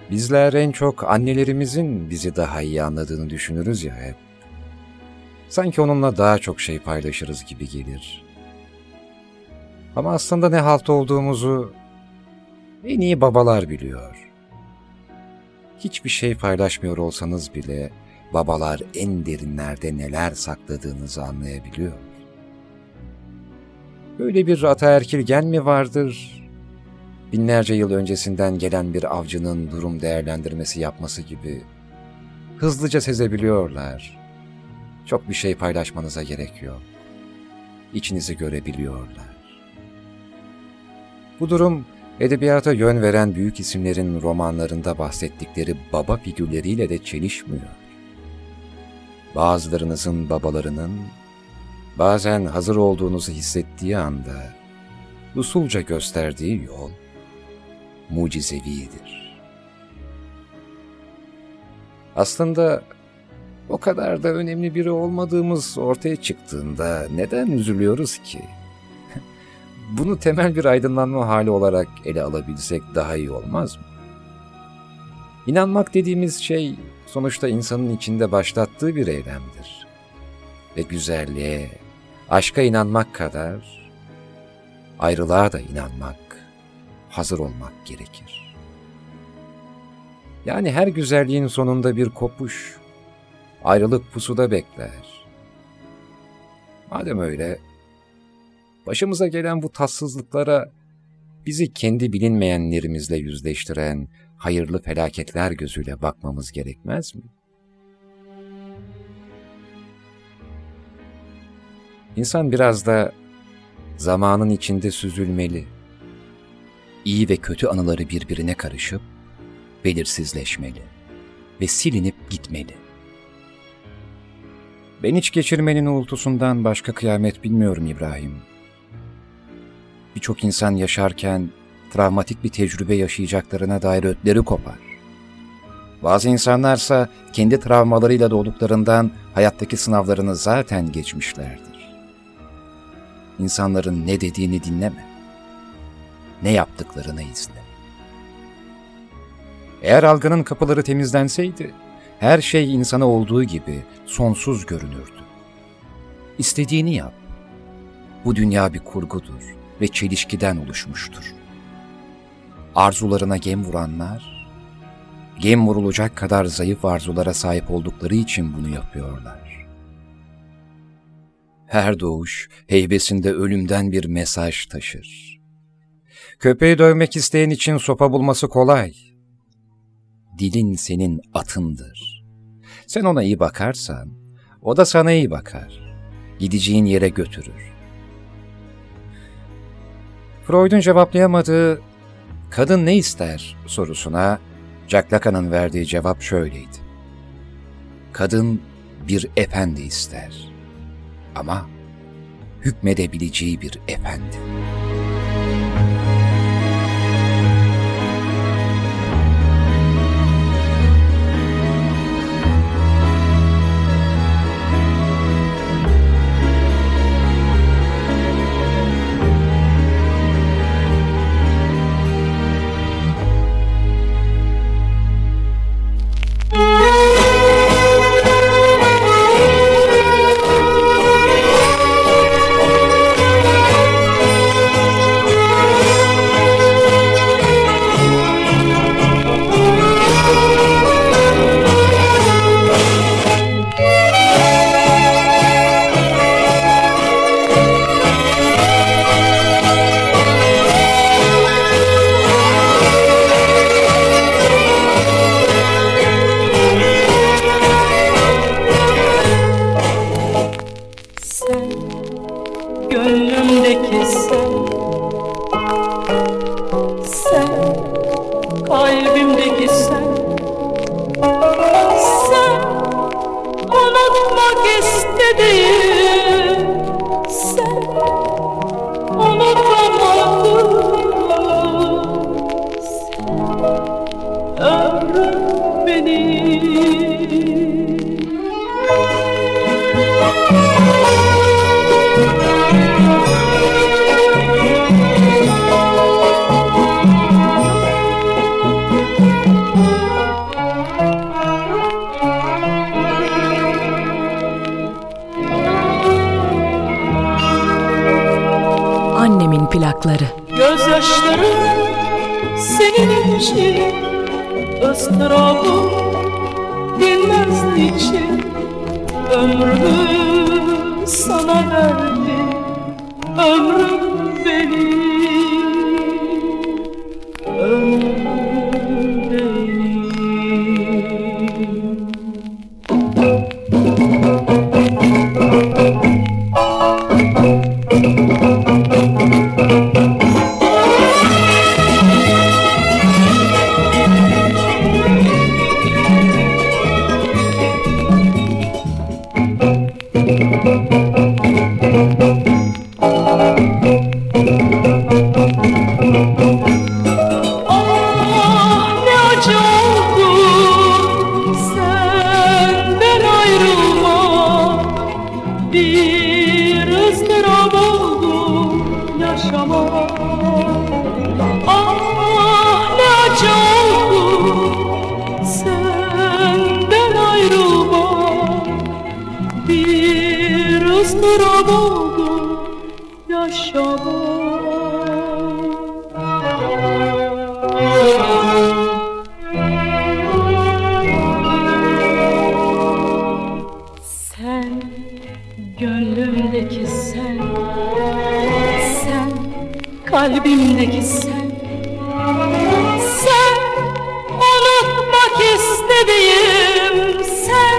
Bizler en çok annelerimizin bizi daha iyi anladığını düşünürüz ya hep. Sanki onunla daha çok şey paylaşırız gibi gelir. Ama aslında ne halta olduğumuzu en iyi babalar biliyor. Hiçbir şey paylaşmıyor olsanız bile babalar en derinlerde neler sakladığınızı anlayabiliyor. Böyle bir ataerkil gen mi vardır? Binlerce yıl öncesinden gelen bir avcının durum değerlendirmesi yapması gibi hızlıca sezebiliyorlar. Çok bir şey paylaşmanıza gerek yok. İçinizi görebiliyorlar. Bu durum edebiyata yön veren büyük isimlerin romanlarında bahsettikleri baba figürleriyle de çelişmiyor. Bazılarınızın babalarının bazen hazır olduğunuzu hissettiği anda usulca gösterdiği yol mucizevidir. Aslında o kadar da önemli biri olmadığımız ortaya çıktığında neden üzülüyoruz ki? Bunu temel bir aydınlanma hali olarak ele alabilsek daha iyi olmaz mı? İnanmak dediğimiz şey sonuçta insanın içinde başlattığı bir eylemdir. Ve güzelliğe, aşka inanmak kadar ayrılığa da inanmak, hazır olmak gerekir. Yani her güzelliğin sonunda bir kopuş, ayrılık pusuda bekler. Madem öyle, başımıza gelen bu tatsızlıklara bizi kendi bilinmeyenlerimizle yüzleştiren hayırlı felaketler gözüyle bakmamız gerekmez mi? İnsan biraz da zamanın içinde süzülmeli. İyi ve kötü anıları birbirine karışıp belirsizleşmeli ve silinip gitmeli. Ben hiç geçirmenin uğultusundan başka kıyamet bilmiyorum İbrahim. Birçok insan yaşarken travmatik bir tecrübe yaşayacaklarına dair ötleri kopar. Bazı insanlarsa kendi travmalarıyla doğduklarından hayattaki sınavlarını zaten geçmişlerdir. İnsanların ne dediğini dinleme. Ne yaptıklarını izle. Eğer algının kapıları temizlenseydi, her şey insana olduğu gibi sonsuz görünürdü. İstediğini yap. Bu dünya bir kurgudur ve çelişkiden oluşmuştur. Arzularına gem vuranlar, gem vurulacak kadar zayıf arzulara sahip oldukları için bunu yapıyorlar. Her doğuş heybesinde ölümden bir mesaj taşır. Köpeği dövmek isteyen için sopa bulması kolay. Dilin senin atındır. Sen ona iyi bakarsan, o da sana iyi bakar. Gideceğin yere götürür. Freud'un cevaplayamadığı "kadın ne ister?" sorusuna Jack Lacan'ın verdiği cevap şöyleydi. Kadın bir efendi ister. Ama hükmedebileceği bir efendi. Dudakları. Gözyaşlarım senin için, ıstırabım bilmez niçin. Ömrümü sana verdim, ömrüm benim, ömrüm benim. ıstırap oldu yaşamak. Sen, gönlümdeki sen, sen, kalbimdeki sen, sen, unutmak istediğim sen,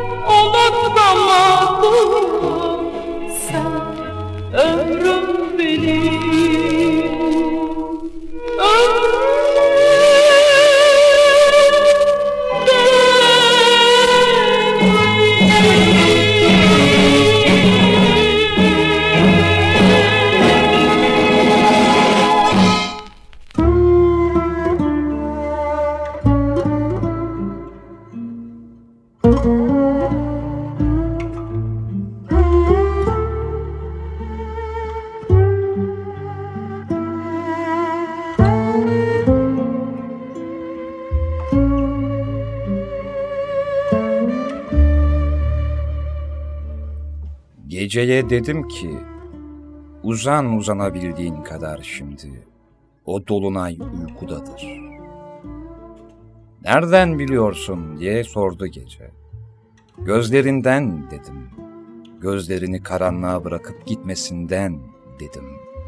unutamadım sen, ömrüm benim, ömrüm Geceye dedim ki, uzanabildiğin kadar şimdi, o dolunay uykudadır. Nereden biliyorsun diye sordu gece. Gözlerinden dedim, gözlerini karanlığa bırakıp gitmesinden dedim.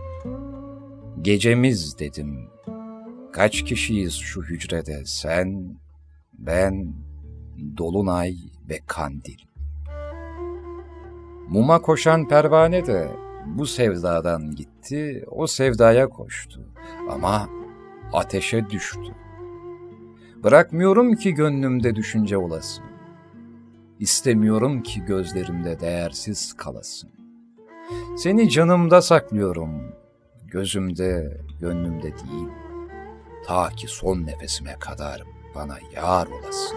Gecemiz dedim, kaç kişiyiz şu hücrede sen, ben, dolunay ve kandil. Muma koşan pervane de bu sevdadan gitti, o sevdaya koştu ama ateşe düştü. Bırakmıyorum ki gönlümde düşünce olasın, İstemiyorum ki gözlerimde değersiz kalasın. Seni canımda saklıyorum, gözümde, gönlümde değil, ta ki son nefesime kadar bana yar olasın.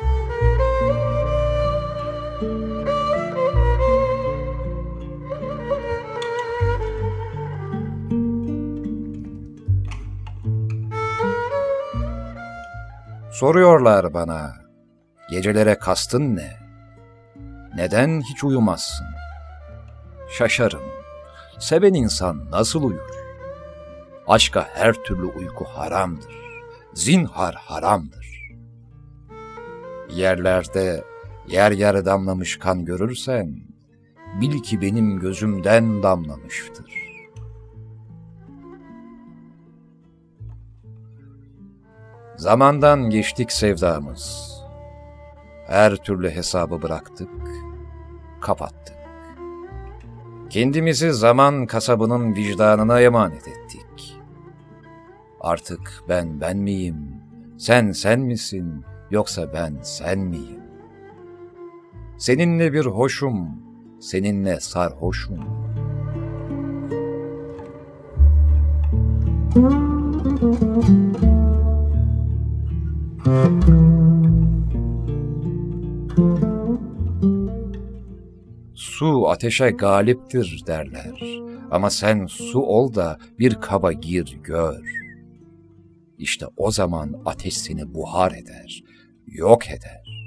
Soruyorlar bana, gecelere kastın ne? Neden hiç uyumazsın? Şaşarım, seven insan nasıl uyur? Aşka her türlü uyku haramdır, zinhar haramdır. Yerlerde yer yer damlamış kan görürsen, bil ki benim gözümden damlamıştır. Zamandan geçtik sevdamız, her türlü hesabı bıraktık, kapattık. Kendimizi zaman kasabının vicdanına emanet ettik. Artık ben miyim, sen misin, yoksa ben sen miyim? Seninle bir hoşum, seninle sarhoşum. Su ateşe galiptir derler. Ama sen su ol da bir kaba gir gör. İşte o zaman ateş seni buhar eder, yok eder.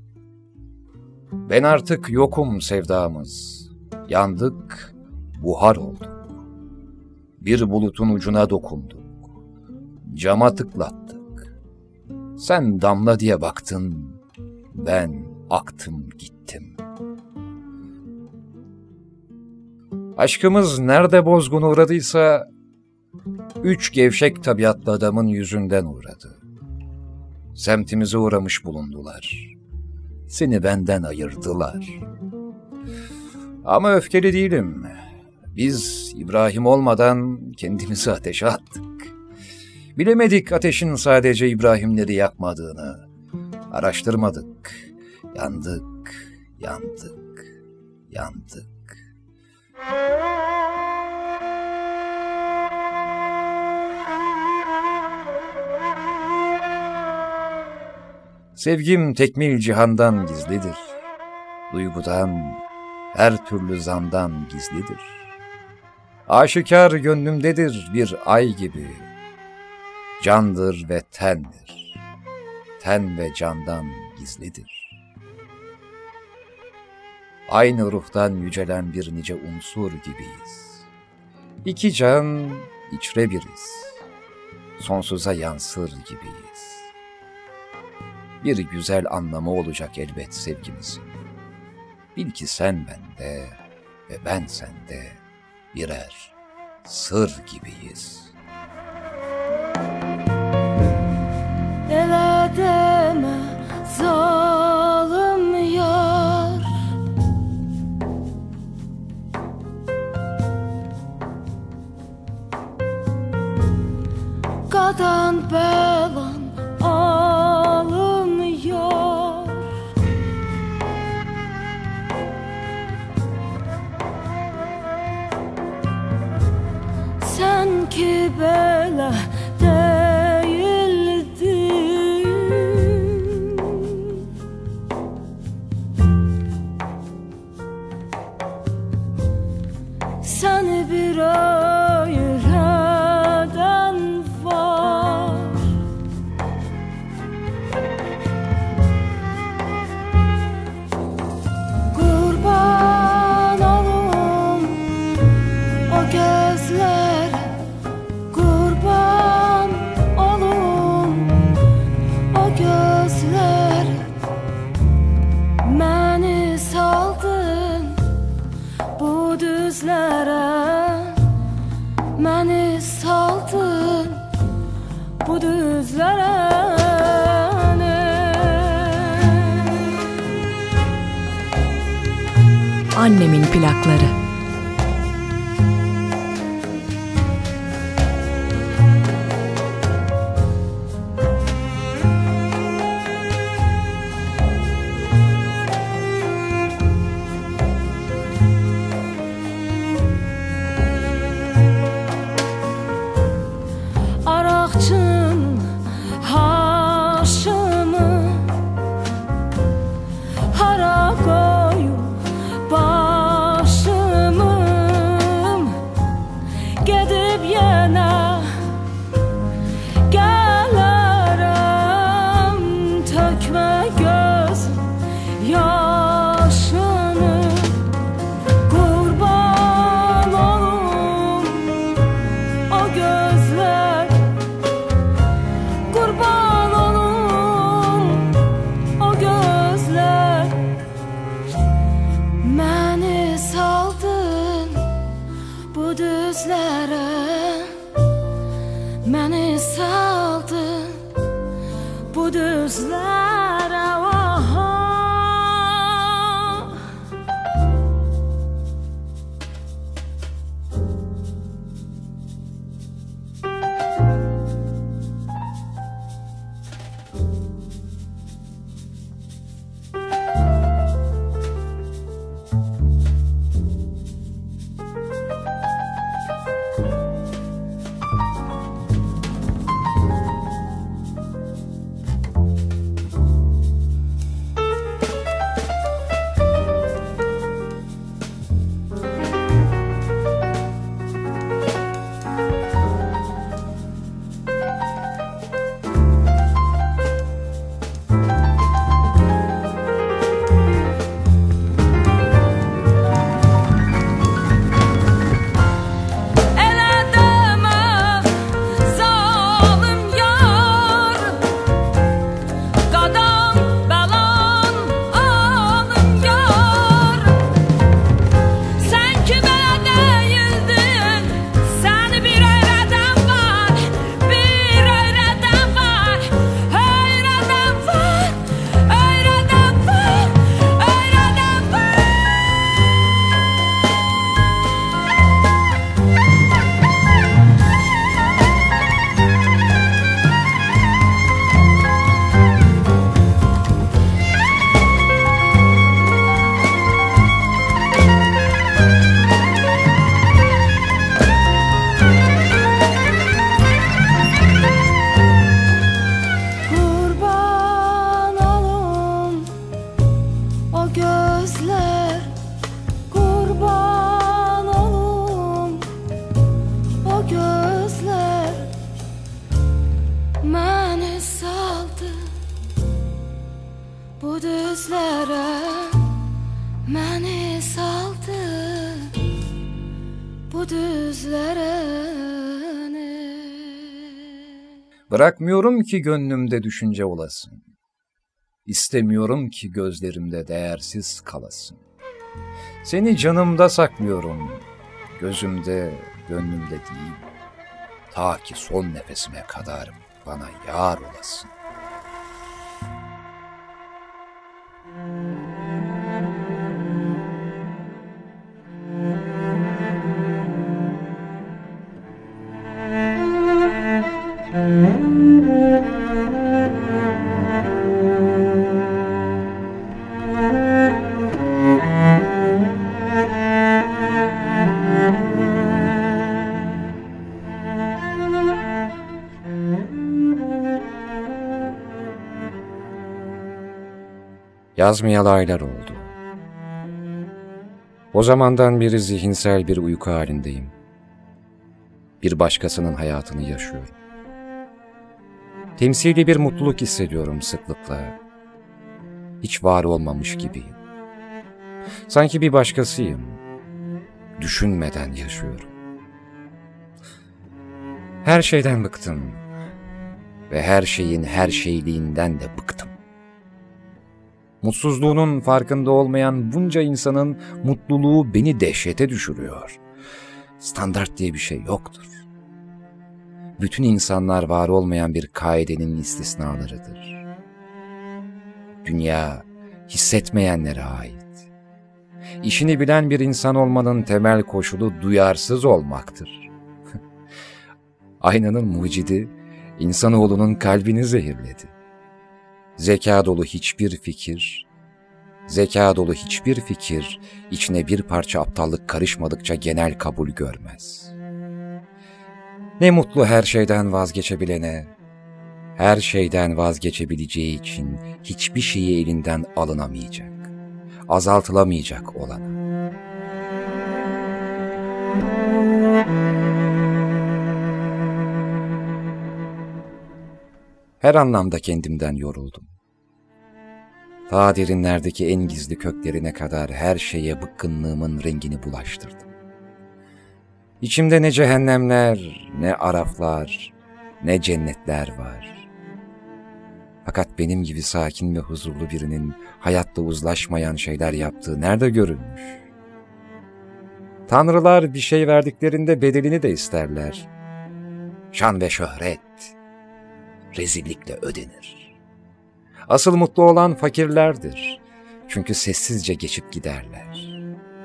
Ben artık yokum sevdamız. Yandık, buhar olduk. Bir bulutun ucuna dokunduk. Cama tıklattık. Sen damla diye baktın, ben aktım gittim. Aşkımız nerede bozgun uğradıysa, 3 gevşek tabiatlı adamın yüzünden uğradı. Semtimize uğramış bulundular. Seni benden ayırdılar. Ama öfkeli değilim. Biz İbrahim olmadan kendimizi ateşe attık. Bilemedik ateşin sadece İbrahimleri yakmadığını. Araştırmadık. Yandık, yandık, yandık. Sevgim tekmil cihandan gizlidir. Duygudan, her türlü zandan gizlidir. Aşikar gönlümdedir bir ay gibi. Candır ve tendir. Ten ve candan gizlidir. Aynı ruhtan yücelen bir nice unsur gibiyiz. İki can içre biriz. Sonsuza yansır gibiyiz. Bir güzel anlamı olacak elbet sevgimizin. Bil ki sen bende ve ben sende birer sır gibiyiz. Ele deme zalim yar, kadan belan almıyor. Sen ki böyle değildin, seni bir ayıran var. Kurban olum o gözlere, kurban olum o gözlere. Məni saldın bu düzlere, məni saldın bu düzlere. Annemin plakları. Araqçın haşımı hara koyup başımı, gedib yenə gələrəm, tökmə göz yaşını. Qurban olum o gözlər, qurban olum o gözlər. Məni saldın bu düzlərə, məni saldın bu düzlərə. Aha. məni saldı bu düzlərə, məni saldı bu düzlərə. Bırakmıyorum ki gönlümde düşünce olasın. İstemiyorum ki gözlerimde değersiz kalasın. Seni canımda saklıyorum, gözümde, gönlümde değil. Ta ki son nefesime kadar bana yar olasın. Yazmayalı aylar oldu. O zamandan beri zihinsel bir uyku halindeyim. Bir başkasının hayatını yaşıyorum. Temsili bir mutluluk hissediyorum sıklıkla. Hiç var olmamış gibiyim. Sanki bir başkasıyım. Düşünmeden yaşıyorum. Her şeyden bıktım. Ve her şeyin her şeyliğinden de bıktım. Mutsuzluğunun farkında olmayan bunca insanın mutluluğu beni dehşete düşürüyor. Standart diye bir şey yoktur. Bütün insanlar var olmayan bir kaidenin istisnalarıdır. Dünya hissetmeyenlere ait. İşini bilen bir insan olmanın temel koşulu duyarsız olmaktır. Aynanın mucidi insanoğlunun kalbini zehirledi. Zeka dolu hiçbir fikir, içine bir parça aptallık karışmadıkça genel kabul görmez. Ne mutlu her şeyden vazgeçebilene, her şeyden vazgeçebileceği için hiçbir şeyi elinden alınamayacak, azaltılamayacak olana. Her anlamda kendimden yoruldum. Ta derinlerdeki en gizli köklerine kadar her şeye bıkkınlığımın rengini bulaştırdım. İçimde ne cehennemler, ne araflar, ne cennetler var. Fakat benim gibi sakin ve huzurlu birinin hayatta uzlaşmayan şeyler yaptığı nerede görülmüş? Tanrılar bir şey verdiklerinde bedelini de isterler. Şan ve şöhret rezillikle ödenir. Asıl mutlu olan fakirlerdir. Çünkü sessizce geçip giderler.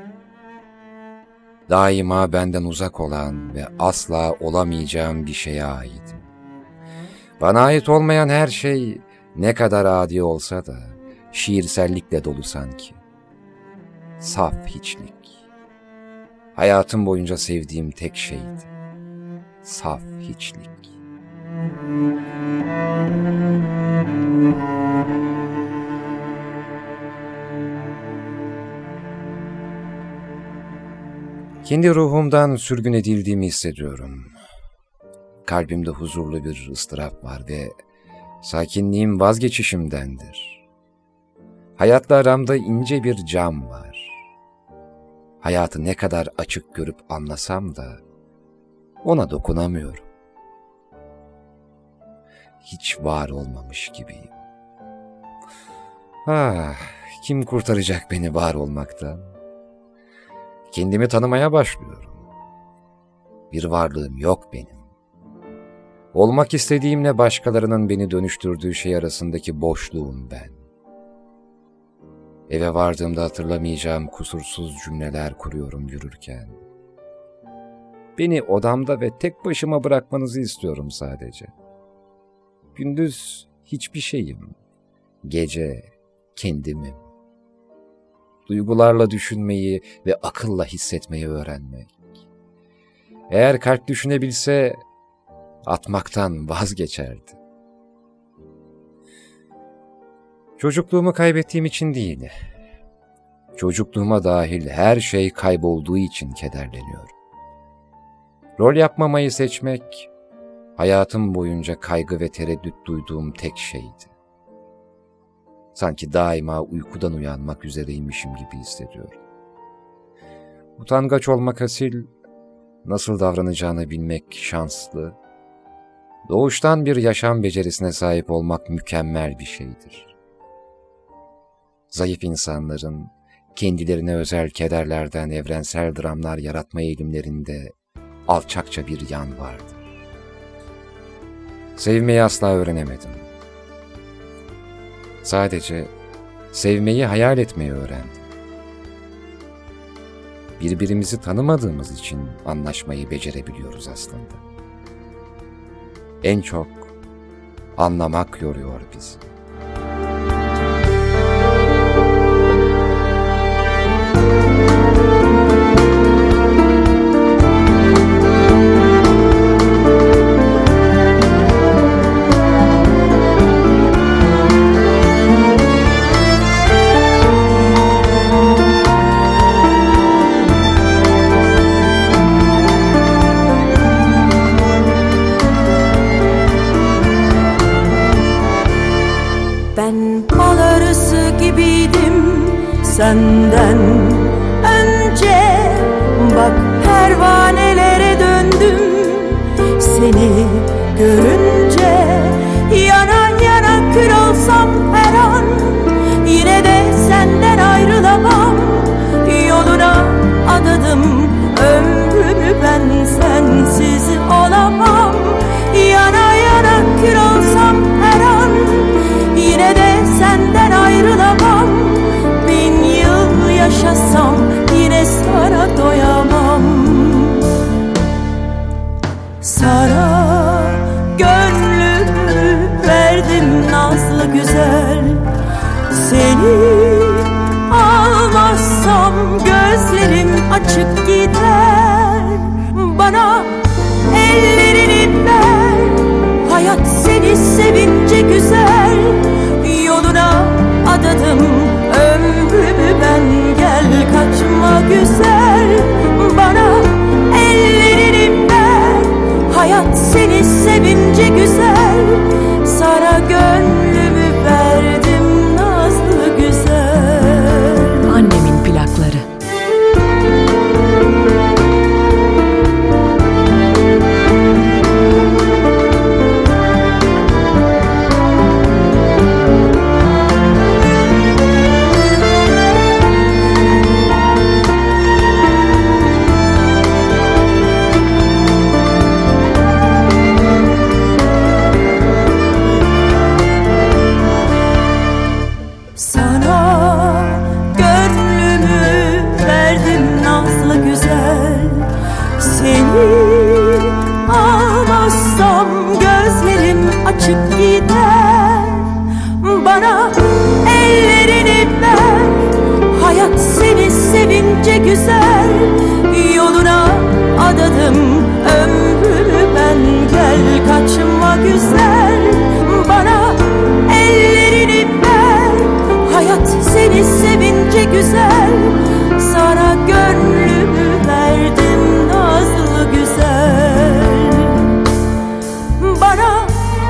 Daima benden uzak olan ve asla olamayacağım bir şeye aitim. Bana ait olmayan her şey ne kadar adi olsa da şiirsellikle dolu sanki. Saf hiçlik. Hayatım boyunca sevdiğim tek şeydi. Saf hiçlik. Kendi ruhumdan sürgün edildiğimi hissediyorum. Kalbimde huzurlu bir ıstırap var ve sakinliğim vazgeçişimdendir. Hayatla aramda ince bir cam var. Hayatı ne kadar açık görüp anlasam da ona dokunamıyorum. Hiç var olmamış gibiyim. Kim kurtaracak beni var olmaktan? Kendimi tanımaya başlıyorum. Bir varlığım yok benim. Olmak istediğimle başkalarının beni dönüştürdüğü şey arasındaki boşluğum ben. Eve vardığımda hatırlamayacağım kusursuz cümleler kuruyorum yürürken. Beni odamda ve tek başıma bırakmanızı istiyorum sadece. Gündüz hiçbir şeyim, gece kendimim. Duygularla düşünmeyi ve akılla hissetmeyi öğrenmek. Eğer kalp düşünebilse atmaktan vazgeçerdi. Çocukluğumu kaybettiğim için değil, çocukluğuma dahil her şey kaybolduğu için kederleniyorum. Rol yapmamayı seçmek, hayatım boyunca kaygı ve tereddüt duyduğum tek şeydi. Sanki daima uykudan uyanmak üzereymişim gibi hissediyorum. Utangaç olmak asil, nasıl davranacağını bilmek şanslı, doğuştan bir yaşam becerisine sahip olmak mükemmel bir şeydir. Zayıf insanların kendilerine özel kederlerden evrensel dramlar yaratma eğilimlerinde alçakça bir yan vardır. Sevmeyi asla öğrenemedim. Sadece sevmeyi hayal etmeyi öğrendim. Birbirimizi tanımadığımız için anlaşmayı becerebiliyoruz aslında. En çok anlamak yoruyor bizi. Bal arısı gibiydim senden önce. Bak pervanelere döndüm seni görünce. Yana yana kül olsam her an, yine de senden ayrılamam. Yoluna adadım ömrümü, ben sensiz olamam. Yana yana kül olsam her an, yine de senden ayrılamam. 1000 yıl yaşasam yine sana doyamam. Sana gönlümü verdim nazlı güzel. Seni almazsam gözlerim açık gider. Bana ellerini ver, hayat seni sevince güzel. Yoluna adadım ömrümü ben, gel kaçma güzel. Bana ellerini ver, hayat seni sevince güzel. Sana gönlümü verdim nazlı güzel. Annemin plakları. Açık gider. Bana ellerini ver, hayat seni sevince güzel. Yoluna adadım ömrümü ben, gel kaçma güzel. Bana ellerini ver, hayat seni sevince güzel. Sana gönlümü verdim nazlı güzel. Bana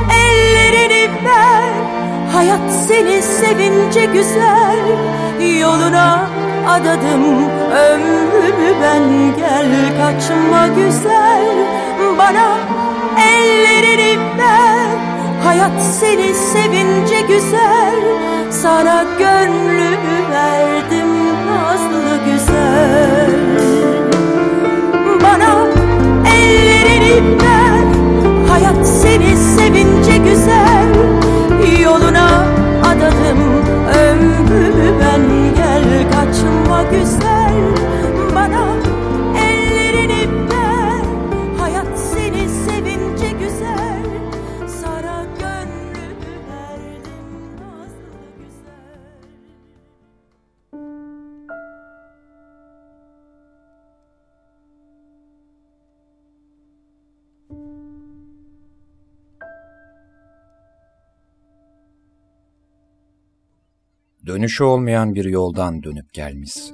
hayat seni sevince güzel. Yoluna adadım ömrümü ben, gel kaçma güzel. Bana ellerini ver, hayat seni sevince güzel. Sana gönlümü verdim nazlı güzel. Bana ellerini ver, hayat seni sevince güzel. Yoluna adadım ömrümü ben, gel kaçma güzel. Bana ellerini ver, hayat seni sevince güzel. Sana gönlümü verdim nazlı güzel. Dönüşü olmayan bir yoldan dönüp gelmişsin.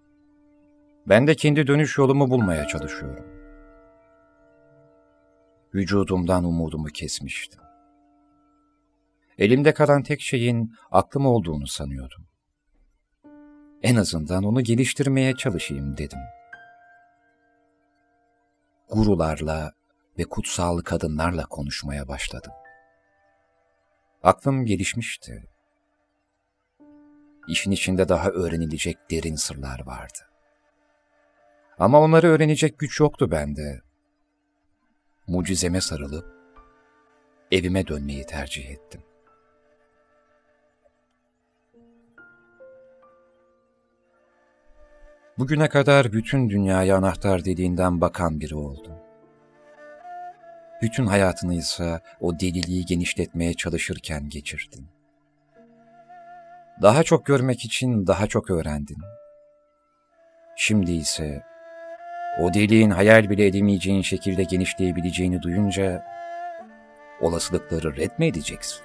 Ben de kendi dönüş yolumu bulmaya çalışıyorum. vücudumdan umudumu kesmiştim. Elimde kalan tek şeyin aklım olduğunu sanıyordum. En azından onu geliştirmeye çalışayım dedim. Gurularla ve kutsal kadınlarla konuşmaya başladım. Aklım gelişmişti. İşin içinde daha öğrenilecek derin sırlar vardı. Ama onları öğrenecek güç yoktu bende. Mucizeme sarılıp evime dönmeyi tercih ettim. Bugüne kadar bütün dünyaya anahtar deliğinden bakan biri oldum. Bütün hayatını ise o deliliği genişletmeye çalışırken geçirdin. Daha çok görmek için daha çok öğrendin. Şimdi ise o deliğin hayal bile edemeyeceğin şekilde genişleyebileceğini duyunca olasılıkları red mi edeceksin?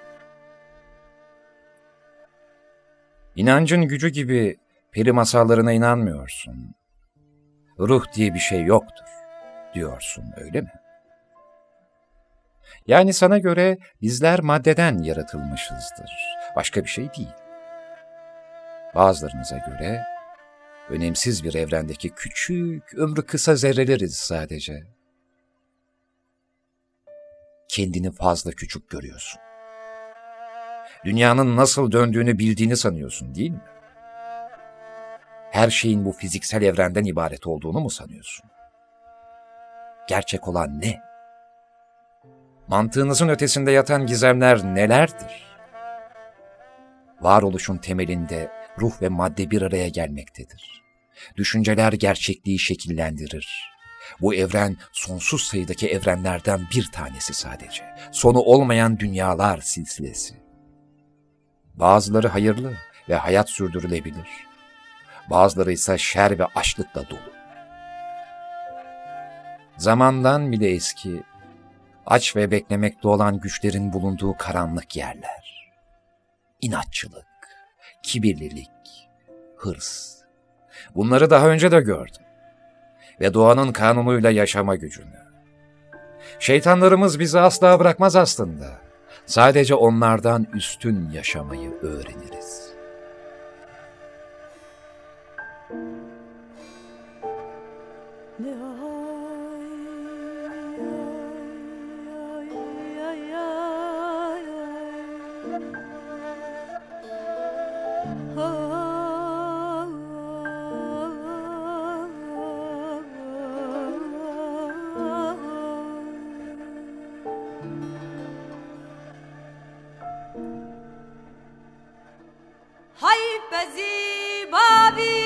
İnancın gücü gibi peri masallarına inanmıyorsun. Ruh diye bir şey yoktur diyorsun, öyle mi? Yani sana göre bizler maddeden yaratılmışızdır. Başka bir şey değil. Bazılarınıza göre önemsiz bir evrendeki küçük, ömrü kısa zerreleriz sadece. Kendini fazla küçük görüyorsun. Dünyanın nasıl döndüğünü bildiğini sanıyorsun, değil mi? Her şeyin bu fiziksel evrenden ibaret olduğunu mu sanıyorsun? Gerçek olan ne? Mantığınızın ötesinde yatan gizemler nelerdir? Varoluşun temelinde ruh ve madde bir araya gelmektedir. Düşünceler gerçekliği şekillendirir. Bu evren sonsuz sayıdaki evrenlerden bir tanesi sadece. Sonu olmayan dünyalar silsilesi. Bazıları hayırlı ve hayat sürdürülebilir. Bazıları ise şer ve açlıkla dolu. Zamandan bile eski, aç ve beklemekte olan güçlerin bulunduğu karanlık yerler. İnatçılık, kibirlilik, hırs. Bunları daha önce de gördüm. Ve doğanın kanunuyla yaşama gücünü. Şeytanlarımız bizi asla bırakmaz aslında. Sadece onlardan üstün yaşamayı öğreniriz. Hay bezi babi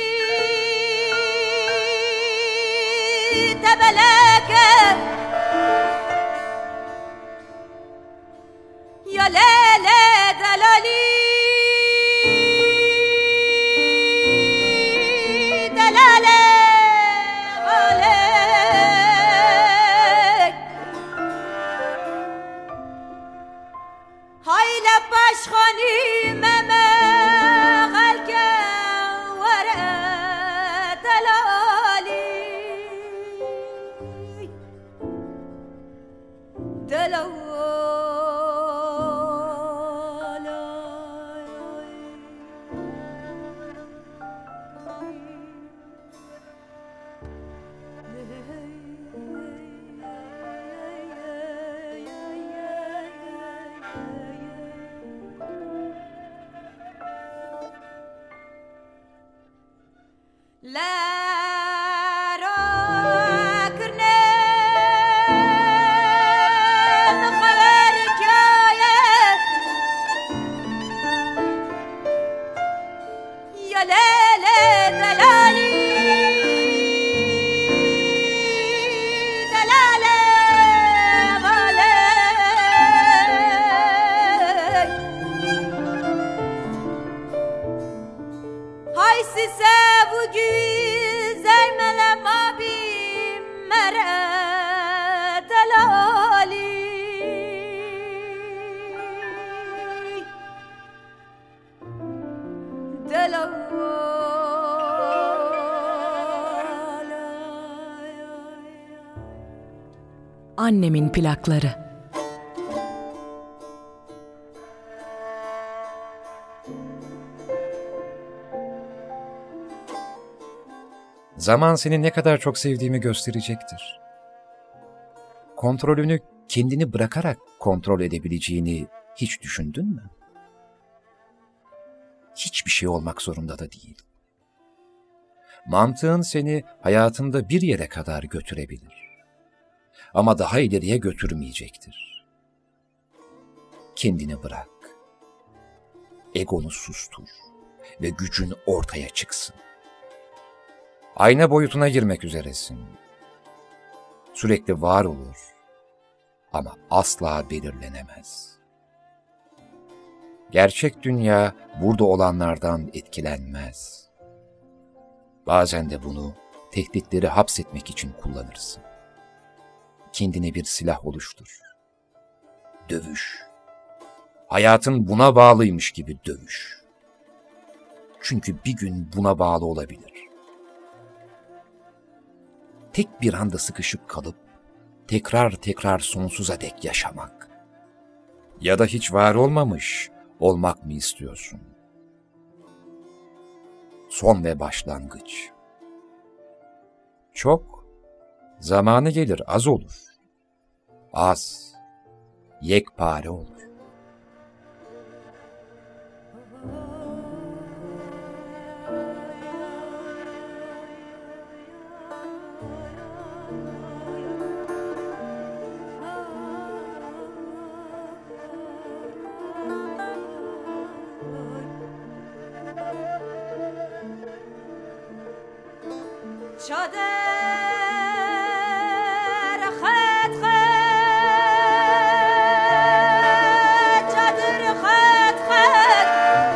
tebeleke ya lele delali delale alek hayla başkhani meme Annemin plakları. Zaman seni ne kadar çok sevdiğimi gösterecektir. Kontrolünü kendini bırakarak kontrol edebileceğini hiç düşündün mü? Hiçbir şey olmak zorunda da değil. Mantığın seni hayatında bir yere kadar götürebilir. Ama daha ileriye götürmeyecektir. Kendini bırak. Egonu sustur ve gücün ortaya çıksın. Ayna boyutuna girmek üzeresin. Sürekli var olur ama asla belirlenemez. Gerçek dünya burada olanlardan etkilenmez. Bazen de bunu tehditleri hapsetmek için kullanırsın. Kendine bir silah oluştur. Dövüş. Hayatın buna bağlıymış gibi dövüş. Çünkü bir gün buna bağlı olabilir. Tek bir anda sıkışıp kalıp tekrar tekrar sonsuza dek yaşamak. Ya da hiç var olmamış olmak mı istiyorsun? Son ve başlangıç. Çok, zamanı gelir az olur. Az, yekpare olur. چادر خط خط چادر خط خط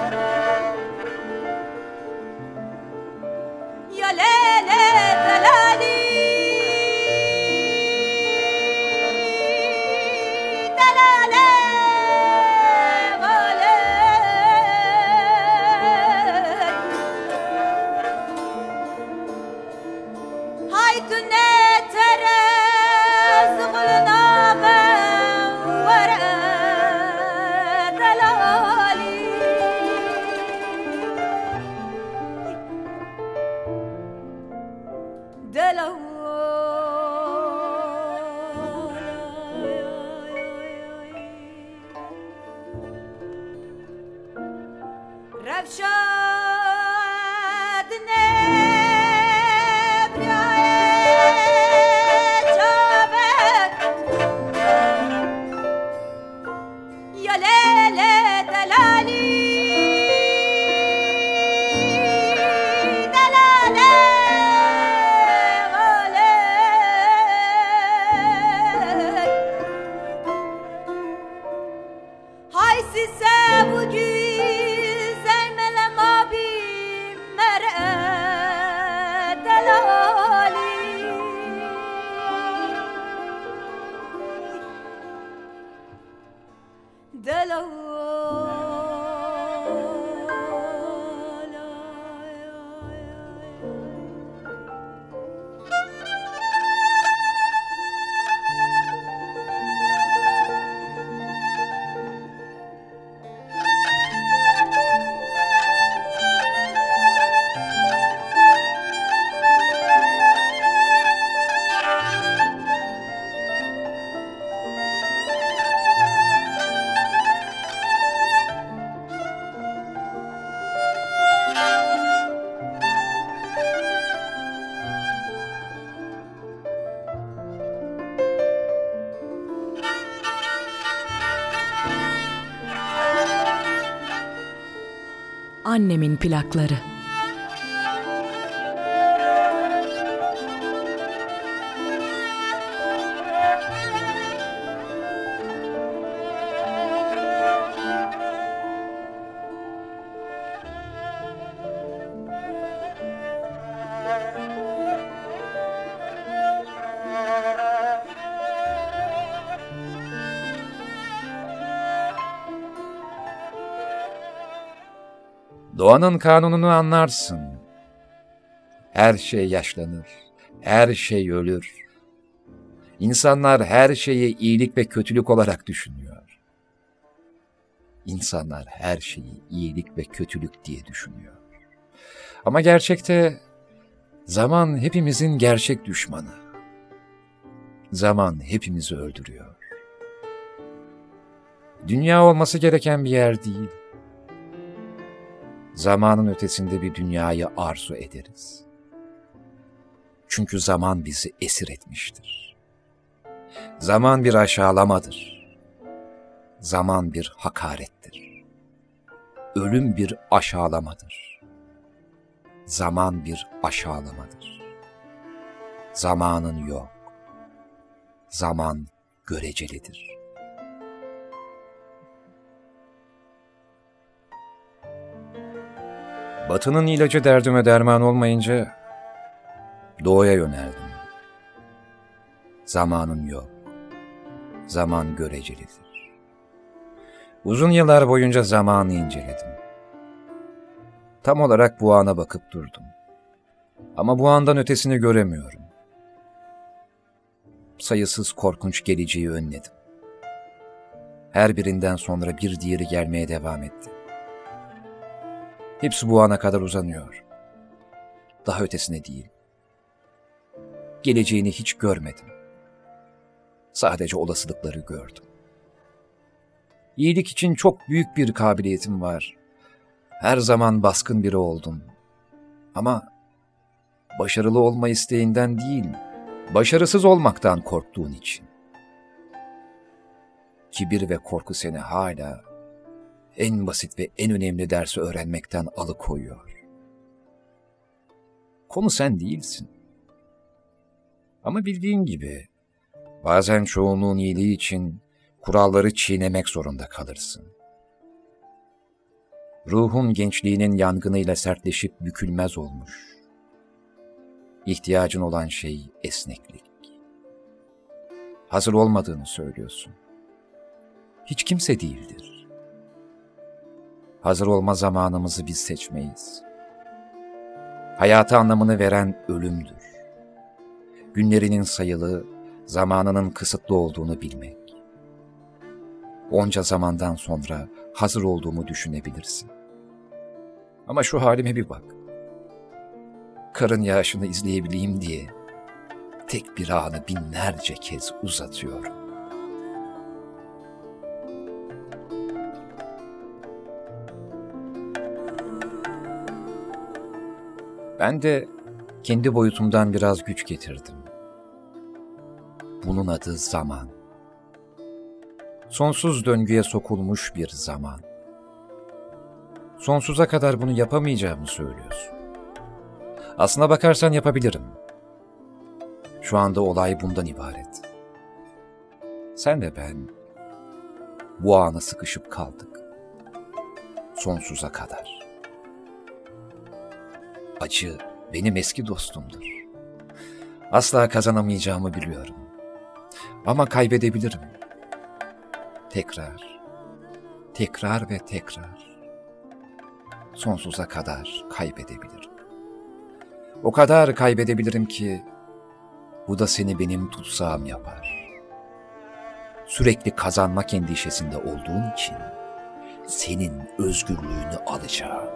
یا لیل دلالی دلاله واله hay tüne terez gülname vere delali Revşad ne Annemin plakları. Doğanın kanununu anlarsın. Her şey yaşlanır, her şey ölür. İnsanlar her şeyi iyilik ve kötülük olarak düşünüyor. İnsanlar her şeyi iyilik ve kötülük diye düşünüyor. Ama gerçekte zaman hepimizin gerçek düşmanı. Zaman hepimizi öldürüyor. Dünya olması gereken bir yer değil. Zamanın ötesinde bir dünyayı arzu ederiz. Çünkü zaman bizi esir etmiştir. Zaman bir aşağılamadır. Zaman bir hakarettir. Ölüm bir aşağılamadır. Zaman bir aşağılamadır. Zamanın yok. Zaman görecelidir. Batının ilacı derdime derman olmayınca doğuya yöneldim. Zamanın yok. Zaman görecelidir. Uzun yıllar boyunca zamanı inceledim. Tam olarak bu ana bakıp durdum. Ama bu andan ötesini göremiyorum. Sayısız korkunç geleceği önledim. Her birinden sonra bir diğeri gelmeye devam etti. Hepsi bu ana kadar uzanıyor. Daha ötesine değil. Geleceğini hiç görmedim. Sadece olasılıkları gördüm. İyilik için çok büyük bir kabiliyetim var. Her zaman baskın biri oldum. Ama başarılı olma isteğinden değil, başarısız olmaktan korktuğun için. Kibir ve korku seni hala en basit ve en önemli dersi öğrenmekten alıkoyuyor. Konu sen değilsin. Ama bildiğin gibi bazen çoğunluğun iyiliği için kuralları çiğnemek zorunda kalırsın. Ruhun gençliğinin yangınıyla sertleşip bükülmez olmuş. İhtiyacın olan şey esneklik. Hazır olmadığını söylüyorsun. Hiç kimse değildir. Hazır olma zamanımızı biz seçmeyiz. Hayata anlamını veren ölümdür. Günlerinin sayılı, zamanının kısıtlı olduğunu bilmek. Onca zamandan sonra hazır olduğumu düşünebilirsin. Ama şu halime bir bak. Karın yağışını izleyebileyim diye tek bir anı binlerce kez uzatıyorum. Ben de kendi boyutumdan biraz güç getirdim. Bunun adı zaman. Sonsuz döngüye sokulmuş bir zaman. Sonsuza kadar bunu yapamayacağımı söylüyorsun. Aslına bakarsan yapabilirim. Şu anda olay bundan ibaret. Sen ve ben bu ana sıkışıp kaldık. Sonsuza kadar. Acı benim eski dostumdur. Asla kazanamayacağımı biliyorum. Ama kaybedebilirim. Tekrar, tekrar ve tekrar. Sonsuza kadar kaybedebilirim. O kadar kaybedebilirim ki bu da seni benim tutsağım yapar. Sürekli kazanmak endişesinde olduğun için senin özgürlüğünü alacağım.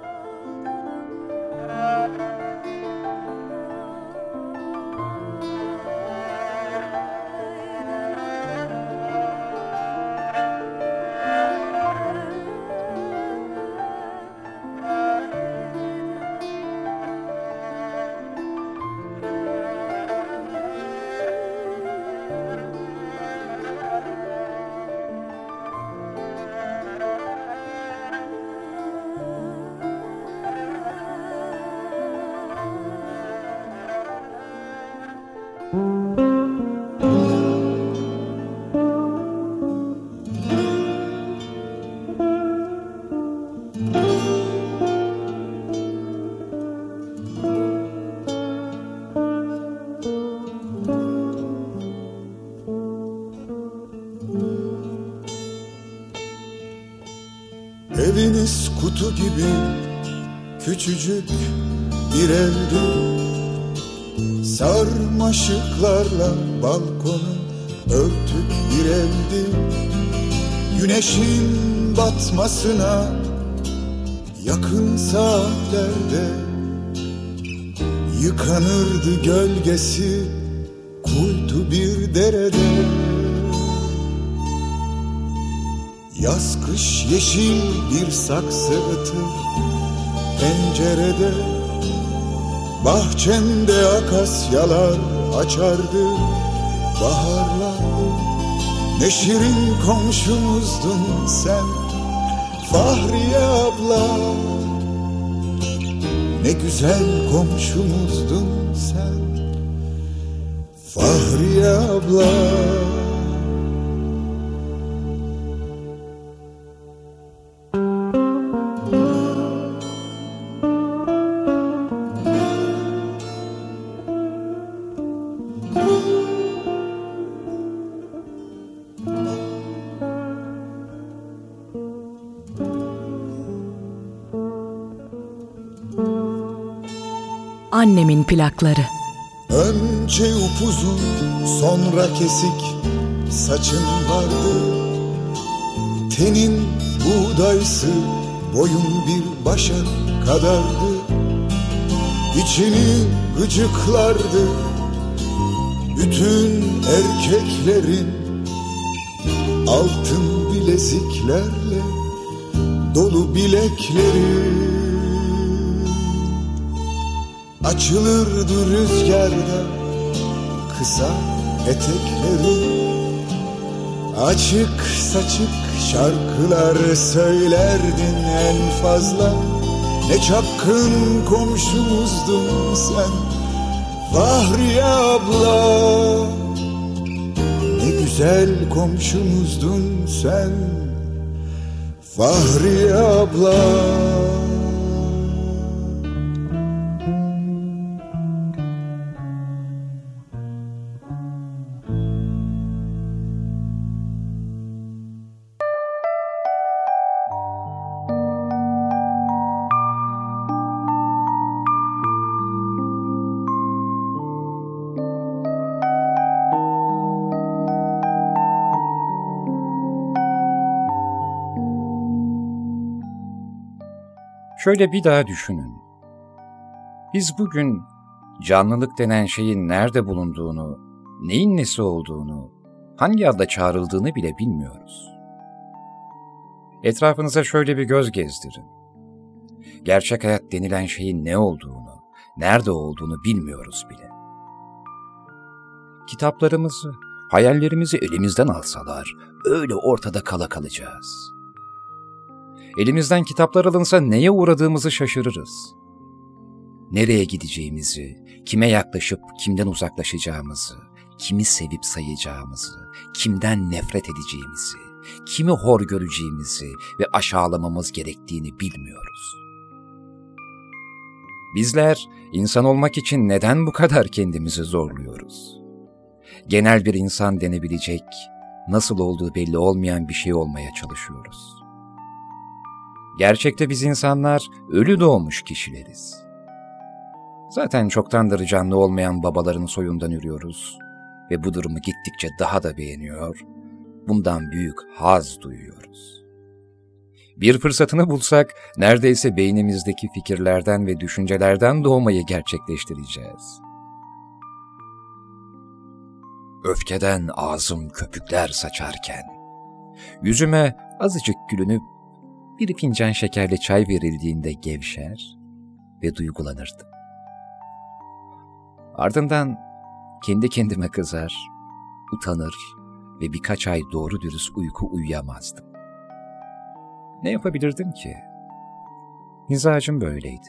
Eviniz kutu gibi küçücük bir evdi. Sarmaşıklarla balkonun örtük bir evdi. Güneşin batmasına yakın saatlerde yıkanırdı gölgesi kuytu bir derede. Yaz kış yeşil bir saksı ıtır pencerede. Bahçende akasyalar açardı baharlarda. Ne şirin komşumuzdun sen Fahriye abla. Ne güzel komşumuzdun sen Fahriye abla. Annemin plakları. Önce upuzun sonra kesik saçın vardı. Tenin buğdaysı boyun bir başak kadardı. İçini gıcıklardı bütün erkeklerin. Altın bileziklerle dolu bilekleri. Açılırdı rüzgarda kısa etekleri. Açık saçık şarkılar söylerdin en fazla. Ne çapkın komşumuzdun sen Fahriye abla. Ne güzel komşumuzdun sen Fahriye abla. Şöyle bir daha düşünün. Biz bugün canlılık denen şeyin nerede bulunduğunu, neyin nesi olduğunu, hangi adla çağrıldığını bile bilmiyoruz. Etrafınıza şöyle bir göz gezdirin. Gerçek hayat denilen şeyin ne olduğunu, nerede olduğunu bilmiyoruz bile. Kitaplarımızı, hayallerimizi elimizden alsalar öyle ortada kala kalacağız. Elimizden kitaplar alınsa neye uğradığımızı şaşırırız. Nereye gideceğimizi, kime yaklaşıp kimden uzaklaşacağımızı, kimi sevip sayacağımızı, kimden nefret edeceğimizi, kimi hor göreceğimizi ve aşağılamamız gerektiğini bilmiyoruz. Bizler insan olmak için neden bu kadar kendimizi zorluyoruz? Genel bir insan denebilecek, nasıl olduğu belli olmayan bir şey olmaya çalışıyoruz. Gerçekte biz insanlar ölü doğmuş kişileriz. Zaten çoktandır canlı olmayan babaların soyundan ürüyoruz ve bu durumu gittikçe daha da beğeniyor, bundan büyük haz duyuyoruz. Bir fırsatını bulsak neredeyse beynimizdeki fikirlerden ve düşüncelerden doğmayı gerçekleştireceğiz. Öfkeden ağzım köpükler saçarken, yüzüme azıcık gülünüp bir fincan şekerli çay verildiğinde gevşer ve duygulanırdım. Ardından kendi kendime kızar, utanır ve birkaç ay doğru dürüst uyku uyuyamazdım. Ne yapabilirdim ki? Mizacım böyleydi.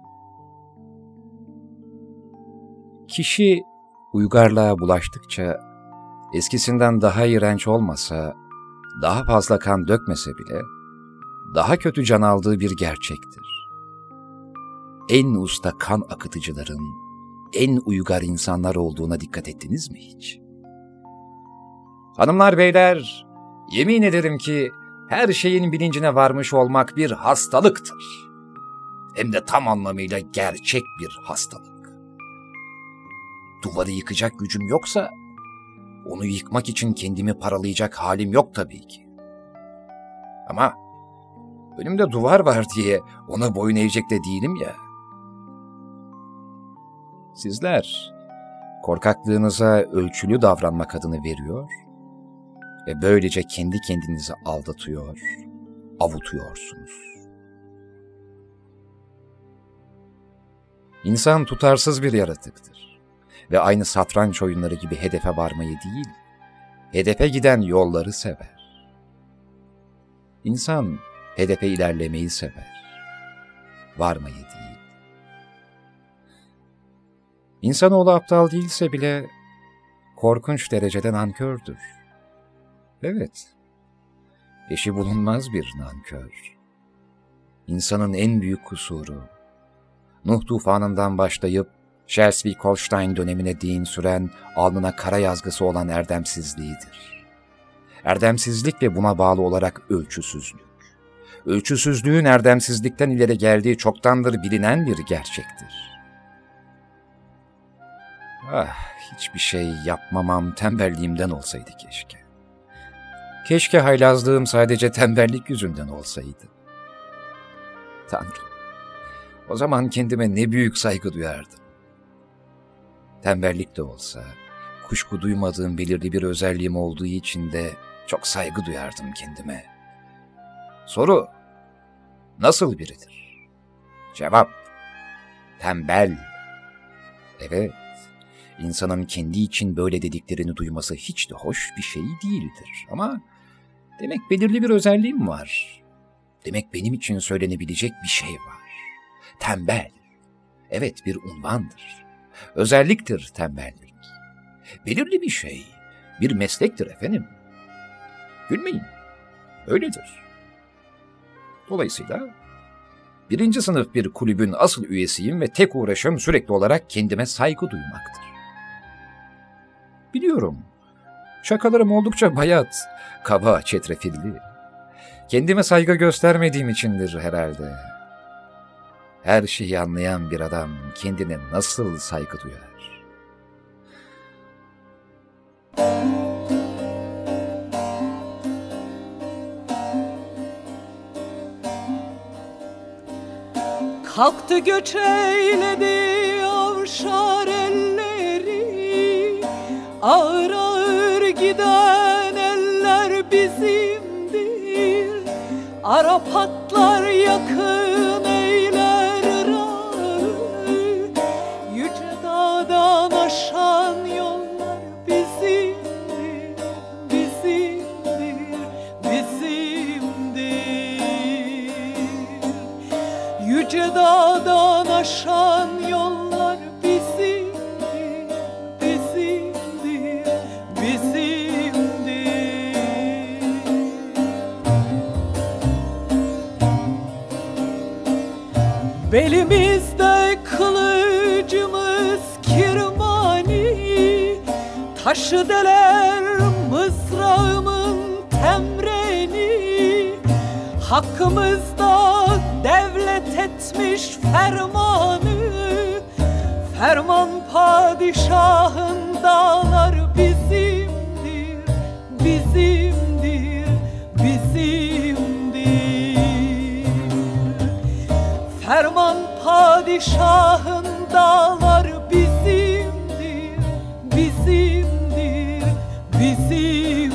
Kişi uygarlığa bulaştıkça eskisinden daha iğrenç olmasa, daha fazla kan dökmese bile daha kötü can aldığı bir gerçektir. En usta kan akıtıcıların en uygar insanlar olduğuna dikkat ettiniz mi hiç? Hanımlar beyler, yemin ederim ki her şeyin bilincine varmış olmak bir hastalıktır. Hem de tam anlamıyla gerçek bir hastalık. duvarı yıkacak gücüm yoksa, onu yıkmak için kendimi paralayacak halim yok tabii ki. Ama önümde duvar var diye ona boyun eğecek de değilim ya. Sizler korkaklığınıza ölçülü davranmak adını veriyor ve böylece kendi kendinizi aldatıyor, avutuyorsunuz. İnsan tutarsız bir yaratıktır ve aynı satranç oyunları gibi hedefe varmayı değil, hedefe giden yolları sever. İnsan hedefe ilerlemeyi sever, varmayı değil. İnsanoğlu aptal değilse bile korkunç derecede nankördür. Evet, eşi bulunmaz bir nankör. İnsanın en büyük kusuru, Nuh tufanından başlayıp Schleswig-Holstein dönemine değin süren alnına kara yazgısı olan erdemsizliğidir. Erdemsizlik ve buna bağlı olarak ölçüsüzlük. Ölçüsüzlüğün erdemsizlikten ileri geldiği çoktandır bilinen bir gerçektir. Hiçbir şey yapmamam tembelliğimden olsaydı keşke. Keşke haylazlığım sadece tembellik yüzünden olsaydı. Tanrım, o zaman kendime ne büyük saygı duyardım. Tembellik de olsa, kuşku duymadığım belirli bir özelliğim olduğu için de çok saygı duyardım kendime. Soru, nasıl biridir? Cevap, tembel. Evet, insanın kendi için böyle dediklerini duyması hiç de hoş bir şey değildir. Ama demek belirli bir özelliğim var. Demek benim için söylenebilecek bir şey var. Tembel. Evet, bir unvandır. Özelliktir tembellik. Belirli bir şey, bir meslektir efendim. Gülmeyin, öyledir. Dolayısıyla 1. sınıf bir kulübün asıl üyesiyim ve tek uğraşım sürekli olarak kendime saygı duymaktır. Biliyorum, şakalarım oldukça bayat, kaba, çetrefilli. Kendime saygı göstermediğim içindir herhalde. Her şeyi anlayan bir adam kendine nasıl saygı duyar? Kalktı göç eyledi avşar elleri, ağır ağır giden eller bizimdir. Arap atlar yakın eyler rağı, yüce dağdan aşan yollar bizimdir, bizimdir, bizimdir. Yüce dağdan aşan yollar bizimdir, bizimdir, bizimdir. Belimizde kılıcımız kirmani, taşı deler mızrağımın temreni. Hakkımızda devlet etmiş fermanı, ferman padişahın dağlar bizimdir, bizimdir, bizimdir. Ferman padişahın dağlar bizimdir, bizimdir, bizimdir.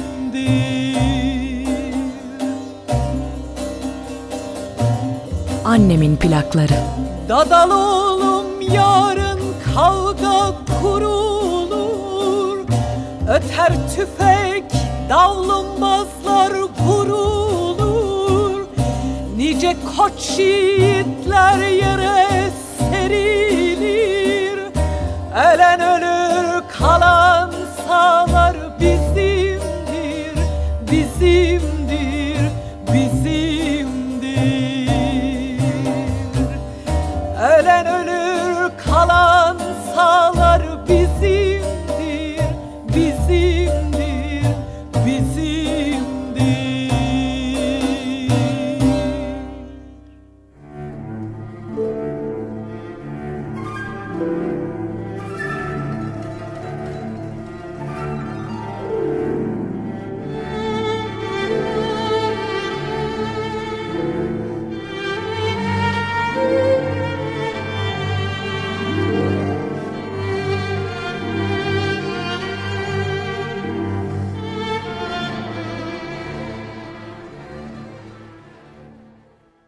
Annemin plakları. Dadal oğlum yarın kavga kurulur, öter tüfek davlumbazlar vurulur. Nice koç yiğitler yere serilir, ölen ölür kalan sağlar bizimdir, bizimdir, bizimdir. Ölen ölür kalan sağlar bizimdir, bizimdir, bizimdir.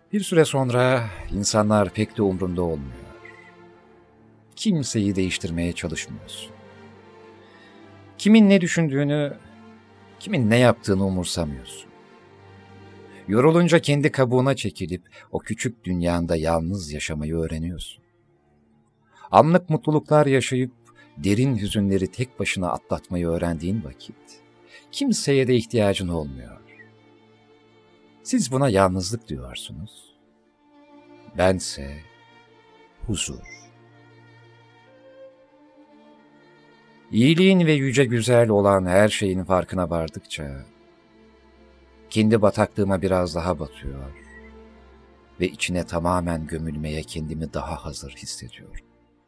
Bir süre sonra insanlar pek de umrunda olmuyor. Kimseyi değiştirmeye çalışmıyorsun. Kimin ne düşündüğünü, kimin ne yaptığını umursamıyorsun. Yorulunca kendi kabuğuna çekilip o küçük dünyanda yalnız yaşamayı öğreniyorsun. Anlık mutluluklar yaşayıp derin hüzünleri tek başına atlatmayı öğrendiğin vakit kimseye de ihtiyacın olmuyor. Siz buna yalnızlık diyorsunuz. Bense huzur. İyiliğin ve yüce güzel olan her şeyin farkına vardıkça kendi bataklığıma biraz daha batıyor ve içine tamamen gömülmeye kendimi daha hazır hissediyorum.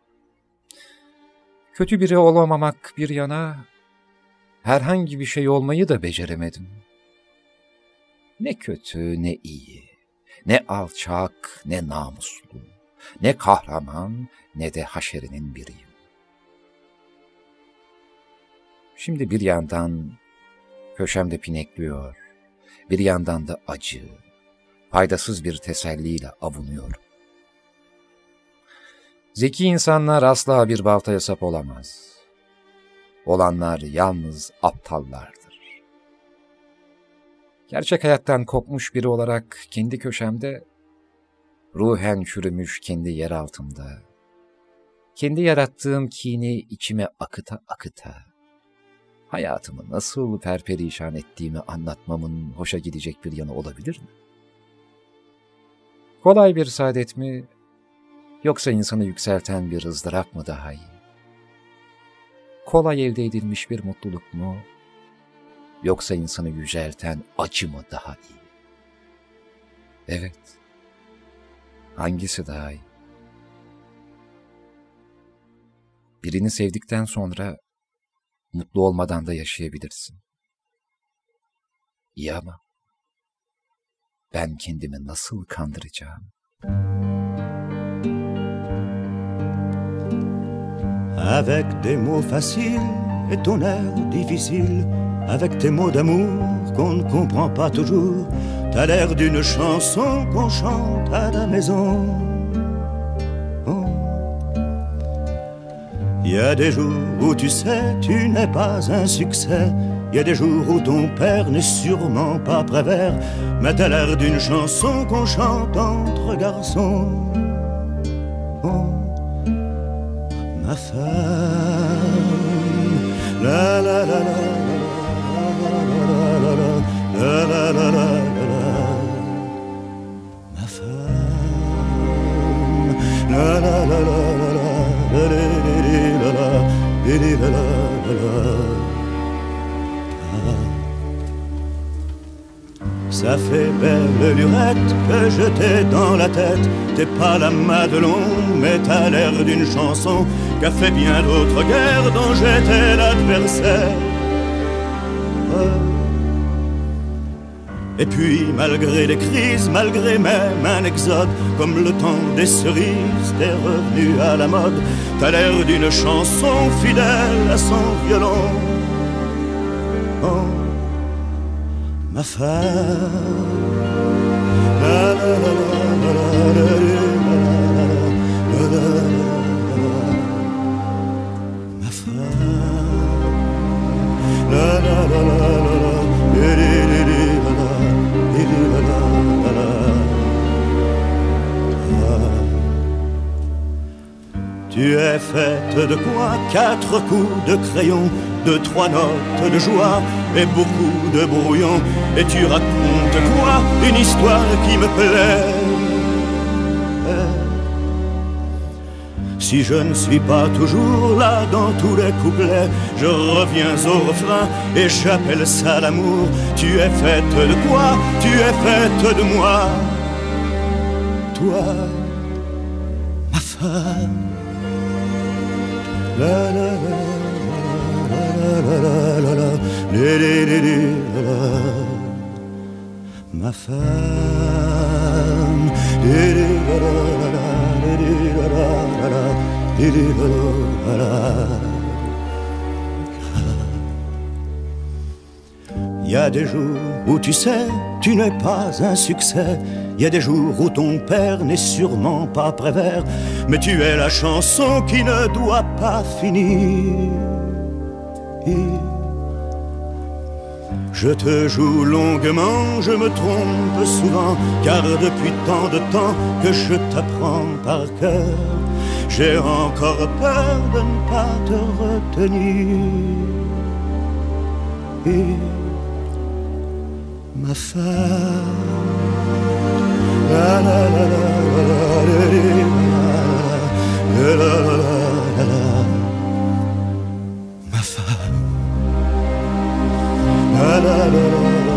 Kötü biri olamamak bir yana, herhangi bir şey olmayı da beceremedim. Ne kötü ne iyi, ne alçak ne namuslu, ne kahraman ne de haşerinin biriyim. Şimdi bir yandan köşemde pinekliyor, bir yandan da acı, faydasız bir teselliyle avunuyorum. Zeki insanlar asla bir baltaya sap olamaz. Olanlar yalnız aptallardır. Gerçek hayattan kopmuş biri olarak kendi köşemde, ruhen çürümüş kendi yer altımda, kendi yarattığım kini içime akıta akıta, hayatımı nasıl perperişan ettiğimi anlatmamın hoşa gidecek bir yanı olabilir mi? Kolay bir saadet mi, yoksa insanı yükselten bir ızdırap mı daha iyi? Kolay elde edilmiş bir mutluluk mu, yoksa insanı yücelten acı mı daha iyi? Evet, hangisi daha iyi? Birini sevdikten sonra mutlu olmadan da yaşayabilirsin. İyi ama ben kendimi nasıl kandıracağım? Avec des mots faciles et ton air difficile, avec tes mots d'amour qu'on ne comprend pas toujours, t'as l'air d'une chanson qu'on chante à la maison. Oh. Y a des jours où tu sais tu n'es pas un succès, y a des jours où ton père n'est sûrement pas Prévert, mais t'as l'air d'une chanson qu'on chante entre garçons. Oh. Ma femme, la la la la la la la la la, ma femme, la la la la la la la la la. Ça fait belle lurette que je t'ai dans la tête. T'es pas la Madelon, mais t'as l'air d'une chanson qu'a fait bien d'autres guerres dont j'étais l'adversaire. Et puis malgré les crises, malgré même un exode, comme le temps des cerises, t'es revenu à la mode. T'as l'air d'une chanson fidèle à son violon. Oh. Ma femme, la la la la la la la, ma femme, la la la la la la. Tu es faite de quoi? 4 coups de crayon, 2-3 notes de joie et beaucoup de brouillon. Et tu racontes quoi? Une histoire qui me plaît. Si je ne suis pas toujours là dans tous les couplets, je reviens au refrain et j'appelle ça l'amour. Tu es faite de quoi? Tu es faite de moi. Toi, ma femme. La la la la la la la la, la. Ma femme, la la la la. Il y a des jours où tu sais tu n'es pas un succès. Il y a des jours où ton père n'est sûrement pas Prévert, mais tu es la chanson qui ne doit pas finir. Je te joue longuement, je me trompe souvent, car depuis tant de temps que je t'apprends par cœur, j'ai encore peur de ne pas te retenir. Ma femme, la la la la la la la la, ma femme, la la la la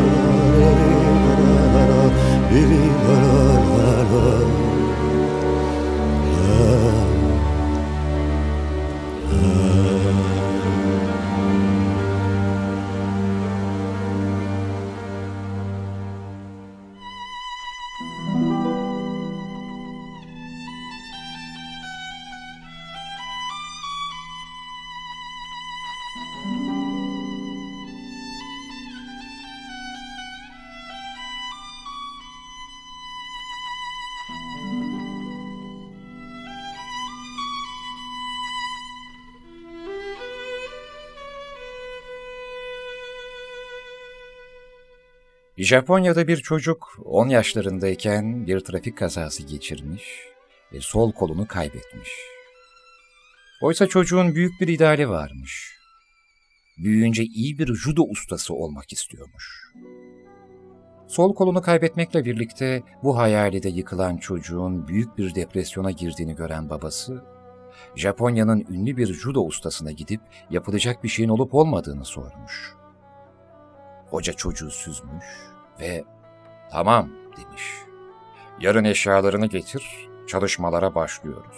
Japonya'da bir çocuk 10 yaşlarındayken bir trafik kazası geçirmiş ve sol kolunu kaybetmiş. Oysa çocuğun büyük bir ideali varmış. Büyüyünce iyi bir judo ustası olmak istiyormuş. Sol kolunu kaybetmekle birlikte bu hayali de yıkılan çocuğun büyük bir depresyona girdiğini gören babası, Japonya'nın ünlü bir judo ustasına gidip yapılacak bir şeyin olup olmadığını sormuş. Hoca çocuğu süzmüş ve "Tamam," demiş. "Yarın eşyalarını getir, çalışmalara başlıyoruz."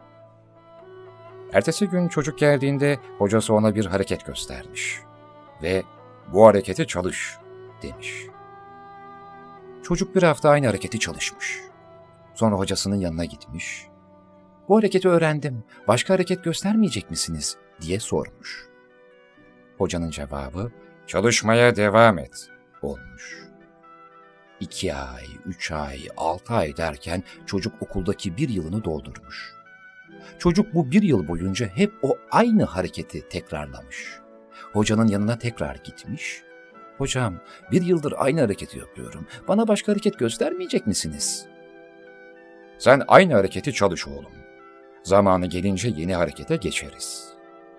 Ertesi gün çocuk geldiğinde hocası ona bir hareket göstermiş ve "Bu hareketi çalış," demiş. Çocuk bir hafta aynı hareketi çalışmış. Sonra hocasının yanına gitmiş. "Bu hareketi öğrendim, başka hareket göstermeyecek misiniz?" diye sormuş. Hocanın cevabı, "Çalışmaya devam et," olmuş. 2 ay, 3 ay, 6 ay derken çocuk okuldaki 1 yılını doldurmuş. Çocuk bu 1 yıl boyunca hep o aynı hareketi tekrarlamış. Hocanın yanına tekrar gitmiş. "Hocam, 1 yıldır aynı hareketi yapıyorum. Bana başka hareket göstermeyecek misiniz?" "Sen aynı hareketi çalış oğlum. Zamanı gelince yeni harekete geçeriz."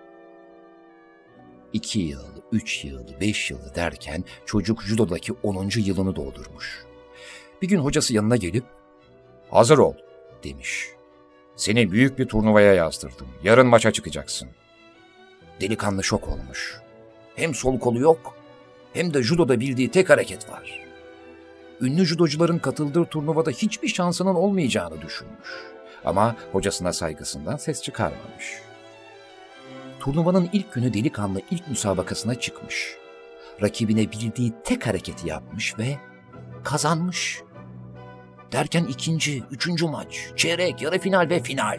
2 yıl, 3 yıl, 5 yıl derken çocuk judodaki 10. yılını doldurmuş. Bir gün hocası yanına gelip "Hazır ol," demiş. "Seni büyük bir turnuvaya yazdırdım. Yarın maça çıkacaksın." Delikanlı şok olmuş. Hem sol kolu yok, hem de judoda bildiği tek hareket var. Ünlü judocuların katıldığı turnuvada hiçbir şansının olmayacağını düşünmüş. Ama hocasına saygısından ses çıkarmamış. Turnuvanın ilk günü delikanlı ilk müsabakasına çıkmış. Rakibine bildiği tek hareketi yapmış ve kazanmış. Derken 2., 3. maç, çeyrek, yarı final ve final.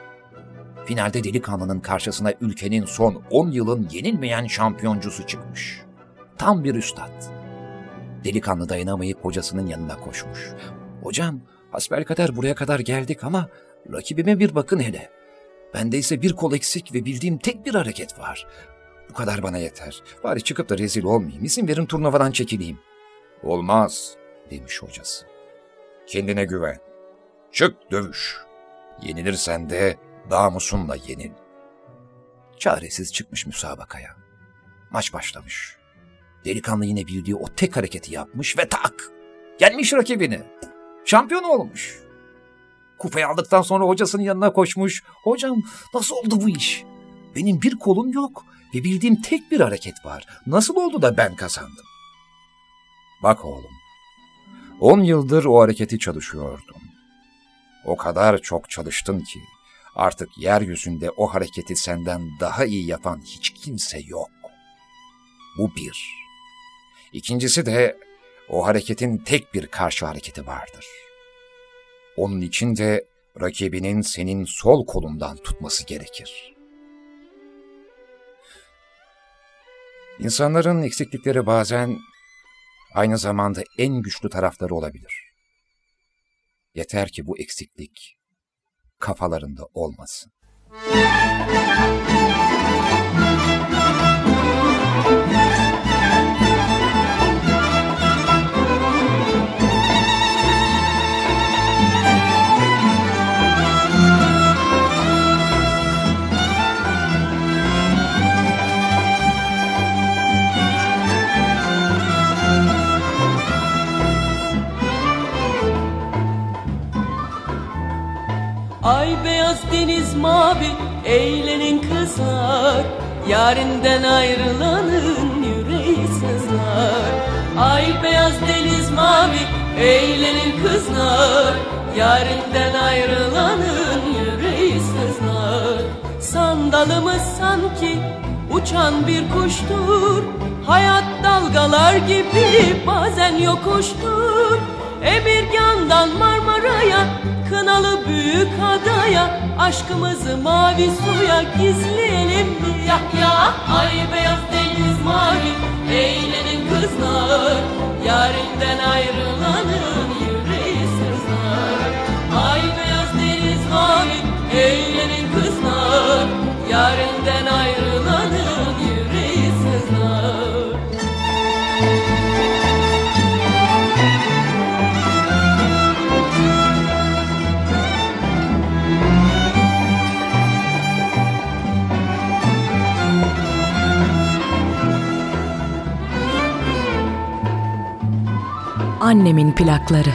Finalde delikanlının karşısına ülkenin son 10 yılın yenilmeyen şampiyoncusu çıkmış. Tam bir üstad. Delikanlı dayanamayıp hocasının yanına koşmuş. "Hocam, hasbelkader buraya kadar geldik ama rakibime bir bakın hele. Bende ise bir kol eksik ve bildiğim tek bir hareket var. Bu kadar bana yeter. Bari çıkıp da rezil olmayayım. İzin verin turnuvadan çekileyim." "Olmaz," demiş hocası. "Kendine güven. Çık dövüş. Yenilirsen de namusunla yenil." Çaresiz çıkmış müsabakaya. Maç başlamış. Delikanlı yine bildiği o tek hareketi yapmış ve tak! Yenmiş rakibini. Şampiyon olmuş. Kupayı aldıktan sonra hocasının yanına koşmuş. "Hocam, nasıl oldu bu iş? Benim bir kolum yok ve bildiğim tek bir hareket var. Nasıl oldu da ben kazandım?" "Bak oğlum, 10 yıldır o hareketi çalışıyordum. O kadar çok çalıştın ki artık yeryüzünde o hareketi senden daha iyi yapan hiç kimse yok. Bu bir. İkincisi de o hareketin tek bir karşı hareketi vardır. Onun için de rakibinin senin sol kolundan tutması gerekir." İnsanların eksiklikleri bazen aynı zamanda en güçlü tarafları olabilir. Yeter ki bu eksiklik kafalarında olmasın. Ay beyaz deniz mavi, eğlenin kızlar, yarinden ayrılanın yüreği sızlar. Ay beyaz deniz mavi, eğlenin kızlar, yarinden ayrılanın yüreği sızlar. Sandalımız sanki uçan bir kuştur, hayat dalgalar gibi bazen yokuştur. Emirgan'dan Marmara'ya, Kınalı büyük adaya, aşkımızı mavi suya gizleyelim mi? Ya ya, ay beyaz deniz mavi, eğlenin kızlar, yarinden ayrılanın yüreği sızlar. Ay beyaz deniz mavi, eğlenin kızlar, yarinden ayrılanın yüreği sızlar. Annemin plakları.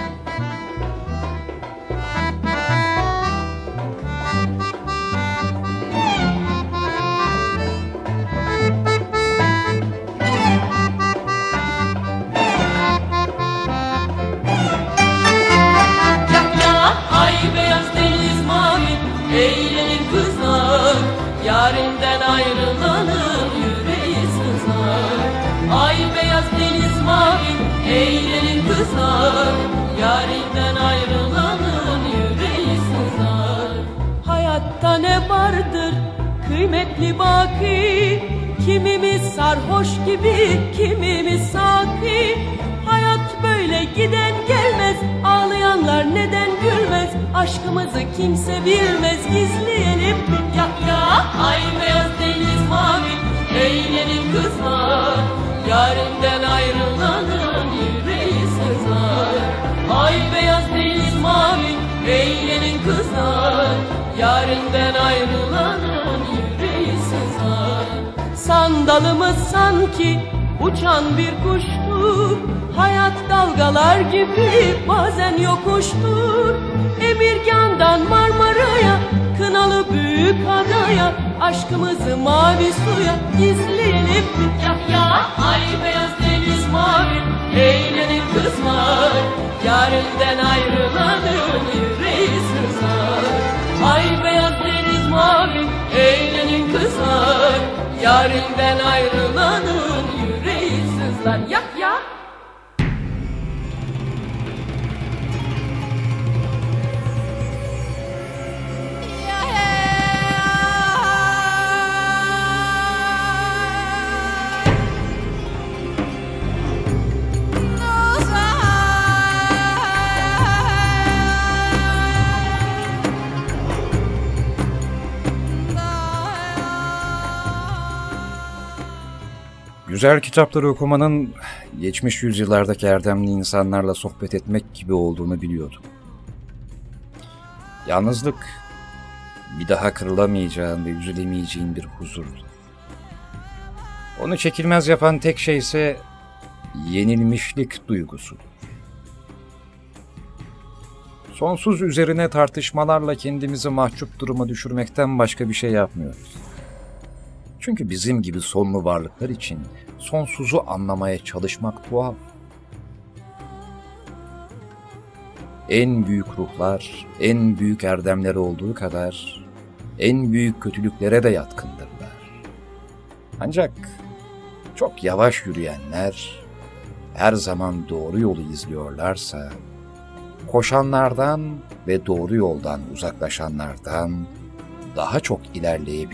Ay beyaz deniz mavi, eğlenin kızlar, yarinden ayrılanın yüreği sızlar. Ay beyaz deniz mavi, eğlenin kızlar, yarinden ayrılanın yüreği sızlar. Hayatta ne vardır kıymetli baki, kimimiz sarhoş gibi, kimimiz saki. Hayat böyle giden gelmez, ağlayanlar neden gülmez, aşkımızı kimse bilmez, gizleyelim mi? Ya ya, ay beyaz deniz mavi, eğlenin kızlar, yarinden ayrılanın yüreği sızlar. Ay beyaz deniz mavi, eğlenin kızlar, yarinden ayrılanın yüreği sızlar. Sandalımız sanki uçan bir kuştur, hayat dalgalar gibi bazen yokuştur. Emirgan'dan Marmara'ya, Kınalı büyük adaya, aşkımızı mavi suya gizleyelim mi? Ya ya, ay beyaz deniz mavi, eğlenin kızlar, yarinden ayrılanın yüreği sızlar. Ay beyaz deniz mavi, eğlenin kızlar, yarinden ayrılanın yüreği sızlar. Ya ya. Güzel kitapları okumanın geçmiş yüzyıllardaki erdemli insanlarla sohbet etmek gibi olduğunu biliyordum. Yalnızlık, bir daha kırılamayacağın ve üzülemeyeceğin bir huzurdu. Onu çekilmez yapan tek şey ise yenilmişlik duygusudur. Sonsuz üzerine tartışmalarla kendimizi mahcup duruma düşürmekten başka bir şey yapmıyoruz. Çünkü bizim gibi sonlu varlıklar için sonsuzu anlamaya çalışmak tuhaf. En büyük ruhlar, en büyük erdemleri olduğu kadar en büyük kötülüklere de yatkındırlar. Ancak çok yavaş yürüyenler her zaman doğru yolu izliyorlarsa, koşanlardan ve doğru yoldan uzaklaşanlardan daha çok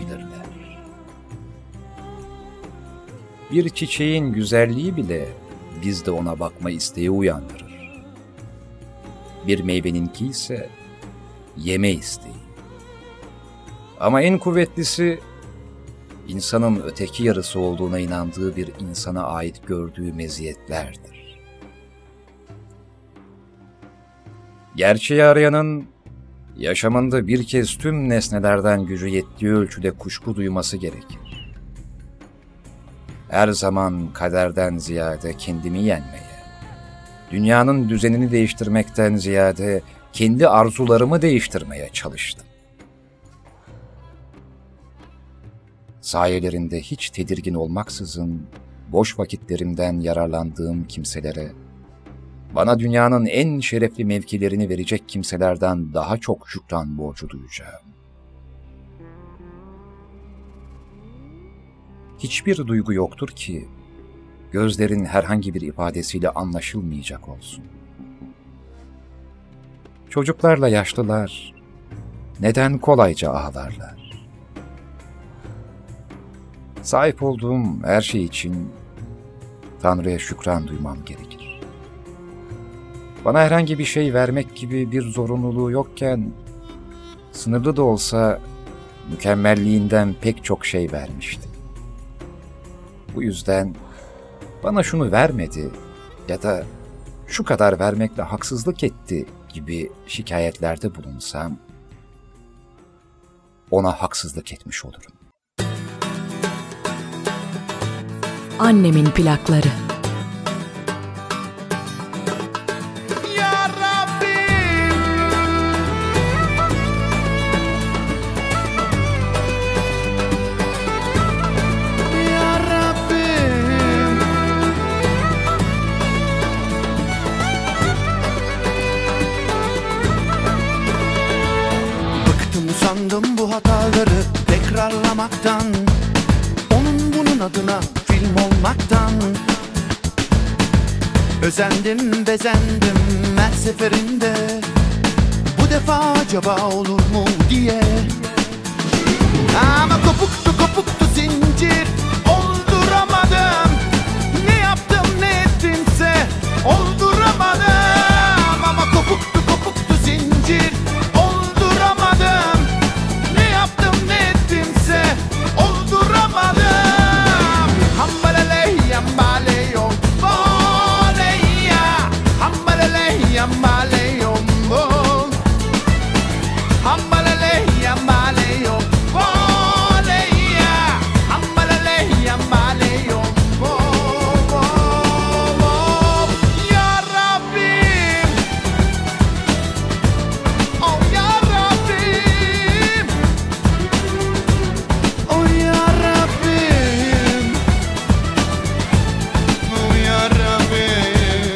ilerleyebilirler. Bir çiçeğin güzelliği bile bizde ona bakma isteği uyandırır. Bir meyveninki ise yeme isteği. Ama en kuvvetlisi insanın öteki yarısı olduğuna inandığı bir insana ait gördüğü meziyetlerdir. Gerçeği arayanın yaşamında bir kez tüm nesnelerden gücü yettiği ölçüde kuşku duyması gerekir. Her zaman kaderden ziyade kendimi yenmeye, dünyanın düzenini değiştirmekten ziyade kendi arzularımı değiştirmeye çalıştım. Sayelerinde hiç tedirgin olmaksızın boş vakitlerimden yararlandığım kimselere, bana dünyanın en şerefli mevkilerini verecek kimselerden daha çok şükran borcu duyacağım. Hiçbir duygu yoktur ki gözlerin herhangi bir ifadesiyle anlaşılmayacak olsun. Çocuklarla yaşlılar neden kolayca ağlarlar? Sahip olduğum her şey için Tanrı'ya şükran duymam gerekir. Bana herhangi bir şey vermek gibi bir zorunluluğu yokken, sınırlı da olsa mükemmelliğinden pek çok şey vermişti. Bu yüzden bana şunu vermedi ya da şu kadar vermekle haksızlık etti gibi şikayetlerde bulunsam, ona haksızlık etmiş olurum. Annemin plakları. Usandım bu hataları tekrarlamaktan, onun bunun adına film olmaktan. Özendim, bezendim her seferinde, bu defa acaba olur mu diye. Ama kopuktu zincir, olduramadım. Ne yaptım ne ettimse olduramadım. Ama kopuktu zincir, olduramadım. Ne yaptım ne ettimse olduramadım. Hambalele yambale yo boleya, hambalele yambale yo bol, hambalele yambale yo boleya, hambalele yambale yo bol. Ya Rabbim, oh ya Rabbim, oh ya Rabbim, oh ya Rabbim.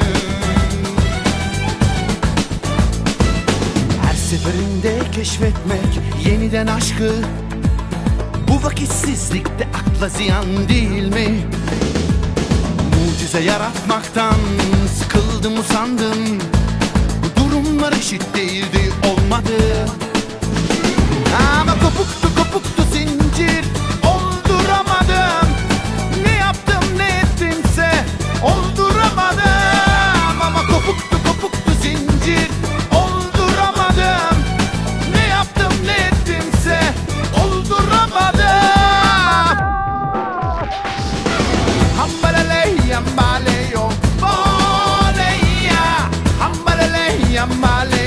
Her seferinde keşfetmek yeniden aşkı, bu vakitsizlikte akla ziyan değil mi? Mucize yaratmaktan sıkıldım usandım, bu durumlar eşit değildi olmadı. Ama kopuktu zincir, olduramadım. Ne yaptım ne ettimse olduramadım. Ama kopuktu zincir, olduramadım. Ne yaptım ne ettimse olduramadım. Hambalele yambale yo boleya, hambalele yambale